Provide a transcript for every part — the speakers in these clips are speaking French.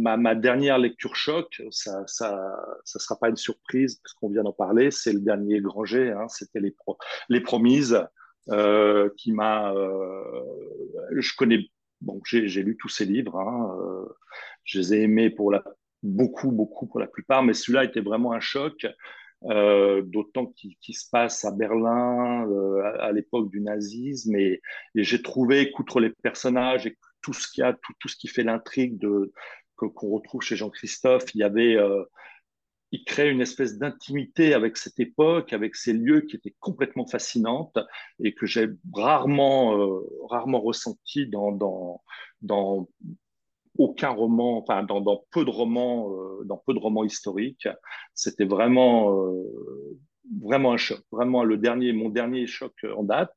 ma dernière lecture choc, ça sera pas une surprise parce qu'on vient d'en parler, c'est le dernier Granger, hein, c'était les Promises, qui m'a. Je connais, bon, j'ai lu tous ses livres, hein, je les ai aimés beaucoup, beaucoup pour la plupart, mais celui-là était vraiment un choc. D'autant qu'il se passe à Berlin à l'époque du nazisme et j'ai trouvé qu'outre les personnages et tout ce qu'il y a, tout ce qui fait l'intrigue qu'on retrouve chez Jean-Christophe, il crée une espèce d'intimité avec cette époque, avec ces lieux qui étaient complètement fascinantes et que j'ai rarement ressenti dans aucun roman, enfin dans peu de romans historiques. C'était vraiment un choc, vraiment mon dernier choc en date.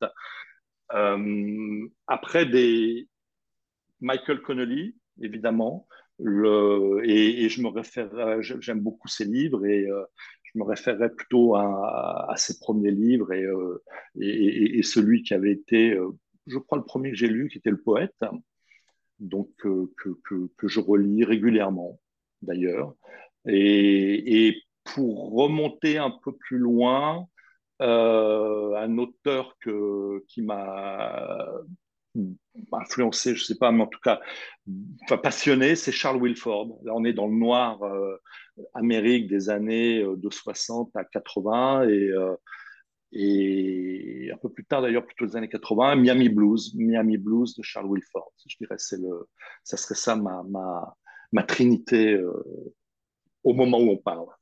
Après Michael Connelly, évidemment, et j'aime beaucoup ses livres et je me référerais plutôt à ses premiers livres et celui qui avait été, je crois, le premier que j'ai lu, qui était Le Poète, donc que je relis régulièrement d'ailleurs. Et pour remonter un peu plus loin, un auteur qui m'a influencé, je sais pas, mais en tout cas, enfin, passionné, c'est Charles Wilford. Là, on est dans le noir Amérique des années de 60 à 80 et un peu plus tard d'ailleurs, plutôt les années 80, Miami Blues de Charles Wilford. Je dirais ça serait ça ma trinité au moment où on parle.